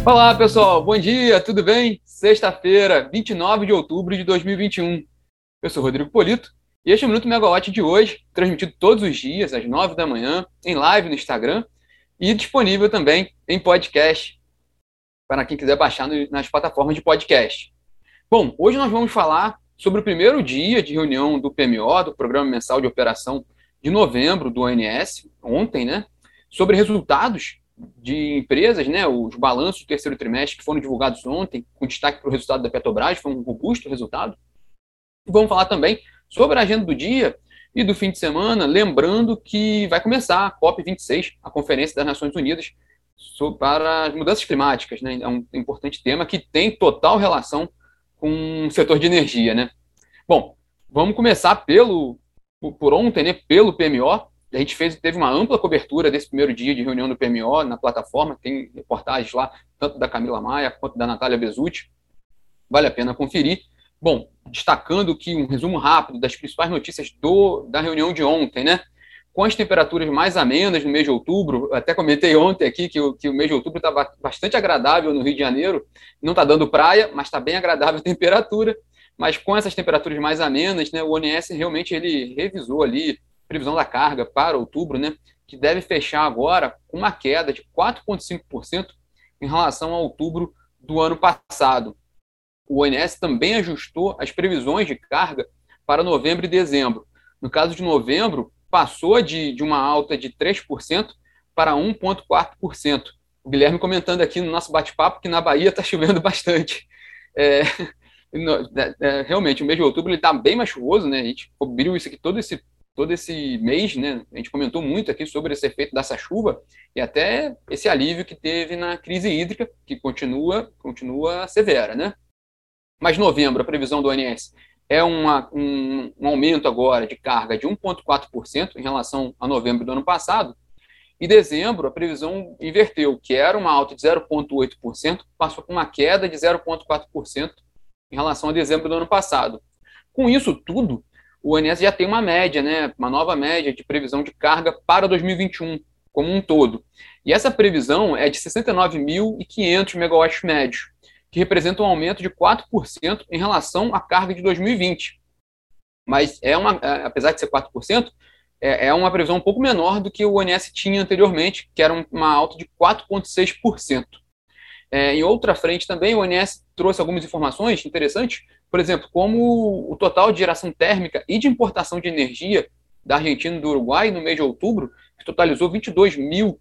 Olá, pessoal. Bom dia, tudo bem? Sexta-feira, 29 de outubro de 2021. Eu sou Rodrigo Polito e este é o Minuto Megawatt de hoje, transmitido todos os dias, às 9 da manhã, em live no Instagram e disponível também em podcast, para quem quiser baixar nas plataformas de podcast. Bom, hoje nós vamos falar sobre o primeiro dia de reunião do PMO, do Programa Mensal de Operação de novembro do ONS, ontem, né? Sobre resultados de empresas, né? Os balanços do terceiro trimestre que foram divulgados ontem, com destaque para o resultado da Petrobras, foi um robusto resultado. E vamos falar também sobre a agenda do dia e do fim de semana, lembrando que vai começar a COP26, a Conferência das Nações Unidas para as mudanças climáticas, né? É um importante tema que tem total relação com o setor de energia, né? Bom, vamos começar por ontem, né? Pelo PMO. A gente teve uma ampla cobertura desse primeiro dia de reunião do PMO na plataforma. Tem reportagens lá, tanto da Camila Maia quanto da Natália Bezutti. Vale a pena conferir. Bom, destacando que um resumo rápido das principais notícias da reunião de ontem, né? Com as temperaturas mais amenas no mês de outubro, até comentei ontem aqui que o mês de outubro está bastante agradável no Rio de Janeiro. Não está dando praia, mas está bem agradável a temperatura. Mas com essas temperaturas mais amenas, né, o ONS realmente ele revisou ali a previsão da carga para outubro, né, que deve fechar agora com uma queda de 4,5% em relação a outubro do ano passado. O ONS também ajustou as previsões de carga para novembro e dezembro. No caso de novembro, passou de uma alta de 3% para 1,4%. O Guilherme comentando aqui no nosso bate-papo que na Bahia está chovendo bastante. Realmente, o mês de outubro está bem mais chuvoso, né? A gente cobriu isso aqui todo esse mês, né? A gente comentou muito aqui sobre esse efeito dessa chuva e até esse alívio que teve na crise hídrica, que continua severa, né? Mas novembro, a previsão do ONS é um aumento agora de carga de 1,4% em relação a novembro do ano passado. E dezembro, a previsão inverteu, que era uma alta de 0,8%, passou com uma queda de 0,4% em relação a dezembro do ano passado. Com isso tudo, o ONS já tem uma média, né, uma nova média de previsão de carga para 2021, como um todo. E essa previsão é de 69.500 megawatts médios, que representa um aumento de 4% em relação à carga de 2020. Mas apesar de ser 4%, é uma previsão um pouco menor do que o ONS tinha anteriormente, que era uma alta de 4,6%. Em outra frente também, o ONS trouxe algumas informações interessantes, por exemplo, como o total de geração térmica e de importação de energia da Argentina e do Uruguai no mês de outubro, que totalizou 22 mil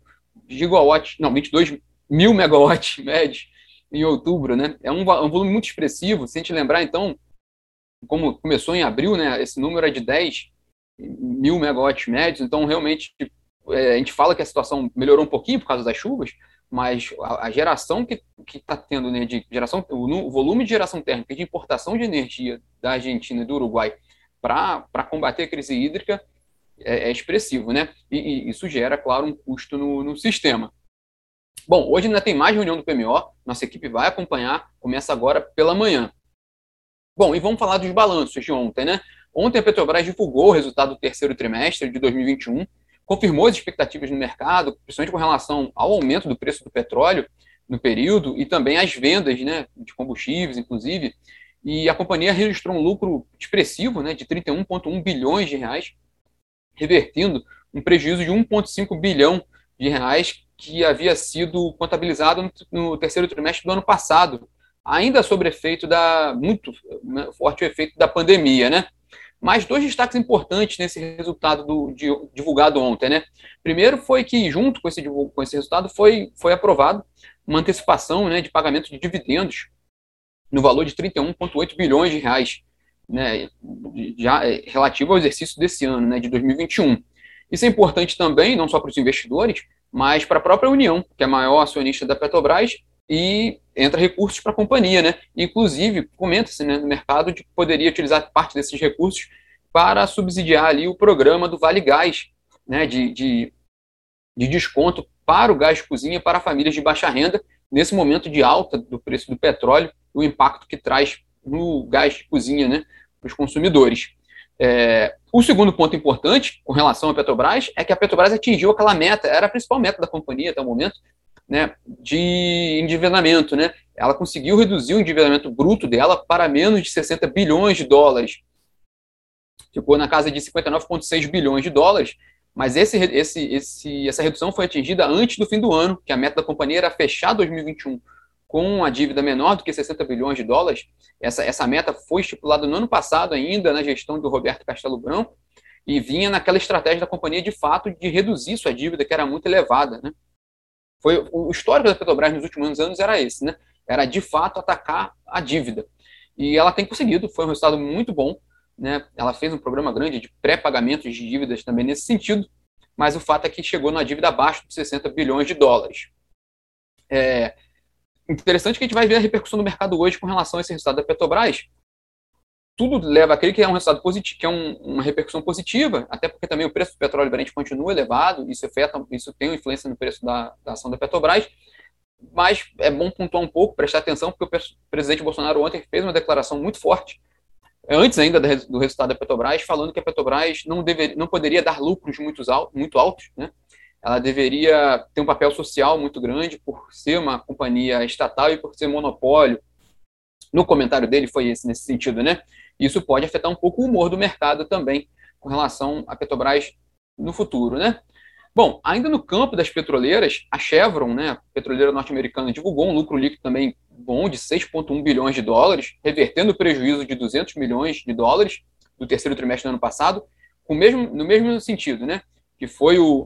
megawatts médios em outubro, né? É um volume muito expressivo. Se a gente lembrar, então, como começou em abril, né? Esse número é de 10 mil megawatts médios, então realmente a gente fala que a situação melhorou um pouquinho por causa das chuvas, mas a geração que está tendo, né, de geração, o volume de geração térmica e de importação de energia da Argentina e do Uruguai para combater a crise hídrica é expressivo, né? E isso gera, claro, um custo no sistema. Bom, hoje ainda tem mais reunião do PMO, nossa equipe vai acompanhar, começa agora pela manhã. Bom, e vamos falar dos balanços de ontem, né? Ontem a Petrobras divulgou o resultado do terceiro trimestre de 2021, confirmou as expectativas no mercado, principalmente com relação ao aumento do preço do petróleo no período e também as vendas, né, de combustíveis, inclusive, e a companhia registrou um lucro expressivo, né, de 31,1 bilhões de reais, revertendo um prejuízo de 1,5 bilhão de reais que havia sido contabilizado no terceiro trimestre do ano passado, ainda sob efeito muito forte efeito da pandemia, né? Mas dois destaques importantes nesse resultado divulgado ontem, né? Primeiro foi que, junto com esse resultado, foi aprovado uma antecipação, né, de pagamento de dividendos no valor de 31,8 bilhões de reais, né, já relativo ao exercício desse ano, né, de 2021. Isso é importante também, não só para os investidores, mas para a própria União, que é a maior acionista da Petrobras, e entra recursos para a companhia, né? Inclusive, comenta-se, né, no mercado de que poderia utilizar parte desses recursos para subsidiar ali o programa do Vale Gás, né, de desconto para o gás de cozinha para famílias de baixa renda, nesse momento de alta do preço do petróleo, o impacto que traz no gás de cozinha, né, para os consumidores. O segundo ponto importante com relação à Petrobras é que a Petrobras atingiu aquela meta, era a principal meta da companhia até o momento, né, de endividamento, né? Ela conseguiu reduzir o endividamento bruto dela para menos de 60 bilhões de dólares. Ficou na casa de 59,6 bilhões de dólares, mas essa redução foi atingida antes do fim do ano, que a meta da companhia era fechar 2021 com a dívida menor do que 60 bilhões de dólares. Essa meta foi estipulada no ano passado ainda, na gestão do Roberto Castelo Branco, e vinha naquela estratégia da companhia, de fato, de reduzir sua dívida, que era muito elevada, né? O histórico da Petrobras nos últimos anos era esse, né? Era, de fato, atacar a dívida. E ela tem conseguido, foi um resultado muito bom, né? Ela fez um programa grande de pré-pagamento de dívidas também nesse sentido, mas o fato é que chegou na dívida abaixo de 60 bilhões de dólares. É interessante que a gente vai ver a repercussão do mercado hoje com relação a esse resultado da Petrobras. Tudo leva a crer que é um resultado positivo, que é uma repercussão positiva, até porque também o preço do petróleo Brent continua elevado, isso tem uma influência no preço da ação da Petrobras, mas é bom pontuar um pouco, prestar atenção, porque o presidente Bolsonaro ontem fez uma declaração muito forte, antes ainda do resultado da Petrobras, falando que a Petrobras não poderia dar lucros muito altos, né? Ela deveria ter um papel social muito grande por ser uma companhia estatal e por ser monopólio. No comentário dele foi nesse sentido, né? Isso pode afetar um pouco o humor do mercado também com relação à Petrobras no futuro, né? Bom, ainda no campo das petroleiras, a Chevron, né, a petroleira norte-americana, divulgou um lucro líquido também bom de 6,1 bilhões de dólares, revertendo o prejuízo de 200 milhões de dólares do terceiro trimestre do ano passado, no mesmo sentido, né? Que foi o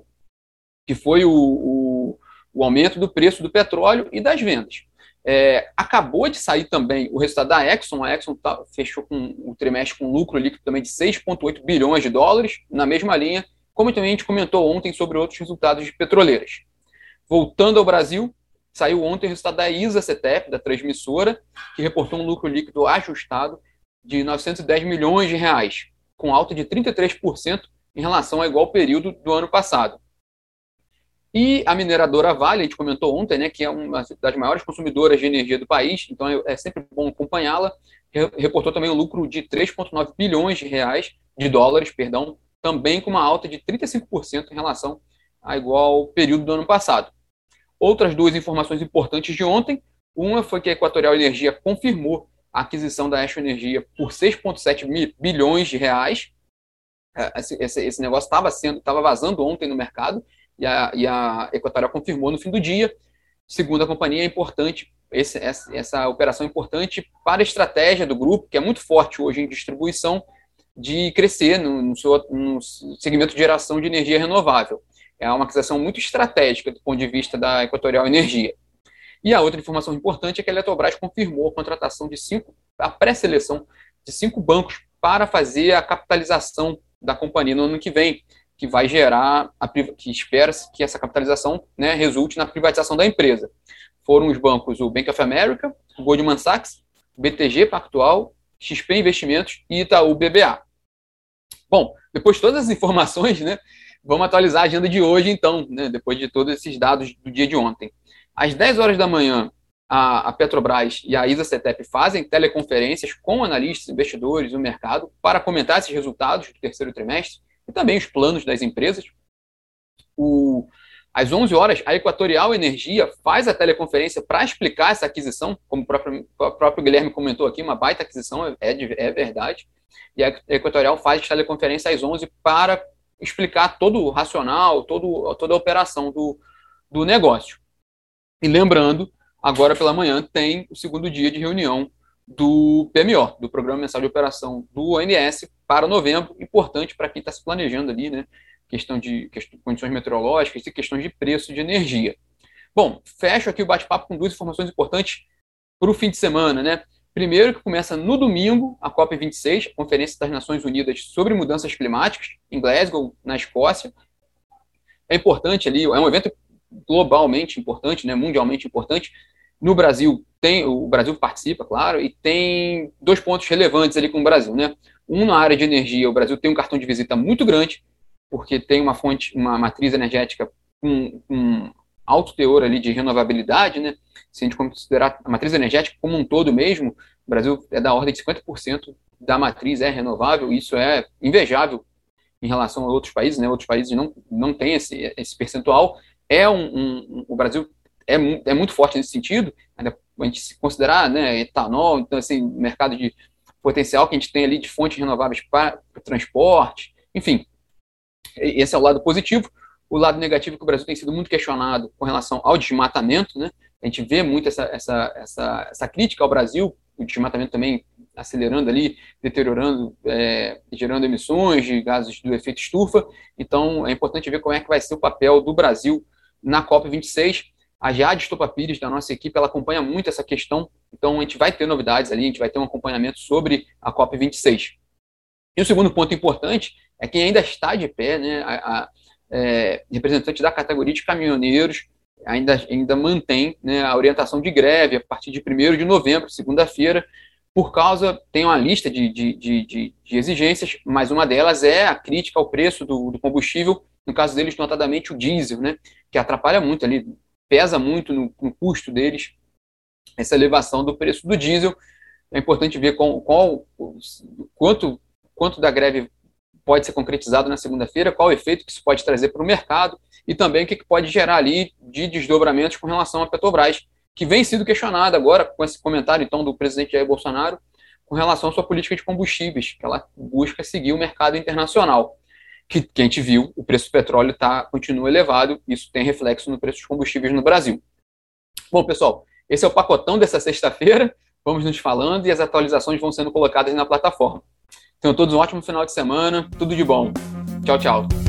aumento do preço do petróleo e das vendas. Acabou de sair também o resultado da Exxon. A Exxon fechou o trimestre com um lucro líquido também de 6,8 bilhões de dólares, na mesma linha, como também a gente comentou ontem sobre outros resultados de petroleiras. Voltando ao Brasil, saiu ontem o resultado da ISA-CETEP, da transmissora, que reportou um lucro líquido ajustado de 910 milhões de reais, com alta de 33% em relação ao igual período do ano passado. E a mineradora Vale, a gente comentou ontem, né, que é uma das maiores consumidoras de energia do país, então é sempre bom acompanhá-la, reportou também um lucro de 3,9 bilhões de dólares, também com uma alta de 35% em relação a igual período do ano passado. Outras duas informações importantes de ontem, uma foi que a Equatorial Energia confirmou a aquisição da Exxon Energia por 6,7 bilhões de reais. Esse negócio estava vazando ontem no mercado, e a Equatorial confirmou no fim do dia. Segundo a companhia, é importante, essa operação é importante para a estratégia do grupo, que é muito forte hoje em distribuição, de crescer no segmento de geração de energia renovável. É uma aquisição muito estratégica do ponto de vista da Equatorial Energia. E a outra informação importante é que a Eletrobras confirmou a contratação a pré-seleção de 5 bancos para fazer a capitalização da companhia no ano que vem, que vai gerar, que espera-se que essa capitalização, né, resulte na privatização da empresa. Foram os bancos o Bank of America, o Goldman Sachs, o BTG Pactual, XP Investimentos e Itaú BBA. Bom, depois de todas as informações, né, vamos atualizar a agenda de hoje, então, né, depois de todos esses dados do dia de ontem. Às 10 horas da manhã, a Petrobras e a ISA-CETEP fazem teleconferências com analistas, investidores do mercado para comentar esses resultados do terceiro trimestre e também os planos das empresas. Às 11 horas, a Equatorial Energia faz a teleconferência para explicar essa aquisição, como o próprio Guilherme comentou aqui, uma baita aquisição, é verdade. E a Equatorial faz a teleconferência às 11 para explicar todo o racional, toda a operação do negócio. E lembrando, agora pela manhã tem o segundo dia de reunião do PMO, do Programa Mensal de Operação do ONS, para novembro, importante para quem está se planejando ali, né? Questão de condições meteorológicas e questões de preço de energia. Bom, fecho aqui o bate-papo com duas informações importantes para o fim de semana, né? Primeiro, que começa no domingo, a COP26, a Conferência das Nações Unidas sobre Mudanças Climáticas, em Glasgow, na Escócia. É importante ali, é um evento globalmente importante, né, mundialmente importante. No Brasil, o Brasil participa, claro, e tem 2 pontos relevantes ali com o Brasil, né? Um, na área de energia, o Brasil tem um cartão de visita muito grande, porque tem uma matriz energética com alto teor ali de renovabilidade, né? Se a gente considerar a matriz energética como um todo mesmo, o Brasil é da ordem de 50% da matriz é renovável, isso é invejável em relação a outros países, né? Outros países não têm esse percentual. O Brasil é muito forte nesse sentido, ainda a gente se considerar, né, etanol, então, assim, mercado de potencial que a gente tem ali de fontes renováveis para o transporte, enfim, esse é o lado positivo. O lado negativo é que o Brasil tem sido muito questionado com relação ao desmatamento, né? A gente vê muito essa crítica ao Brasil, o desmatamento também acelerando ali, deteriorando, gerando emissões de gases do efeito estufa. Então, é importante ver como é que vai ser o papel do Brasil na COP26. A Jade Estopa Pires, da nossa equipe, ela acompanha muito essa questão. Então, a gente vai ter novidades ali, a gente vai ter um acompanhamento sobre a COP26. E o segundo ponto importante é quem ainda está de pé, né, representante da categoria de caminhoneiros, ainda mantém, né, a orientação de greve a partir de 1º de novembro, segunda-feira, por causa, tem uma lista de exigências, mas uma delas é a crítica ao preço do combustível, no caso deles, notadamente o diesel, né, que atrapalha muito ali, pesa muito no custo deles, essa elevação do preço do diesel. É importante ver quanto da greve pode ser concretizado na segunda-feira, qual o efeito que isso pode trazer para o mercado e também o que pode gerar ali de desdobramentos com relação à Petrobras, que vem sendo questionada agora com esse comentário, então, do presidente Jair Bolsonaro com relação à sua política de combustíveis, que ela busca seguir o mercado internacional. Que a gente viu, o preço do petróleo continua elevado, isso tem reflexo no preço dos combustíveis no Brasil. Bom, pessoal, esse é o pacotão dessa sexta-feira, vamos nos falando e as atualizações vão sendo colocadas na plataforma. Tenham todos um ótimo final de semana, tudo de bom. Tchau, tchau.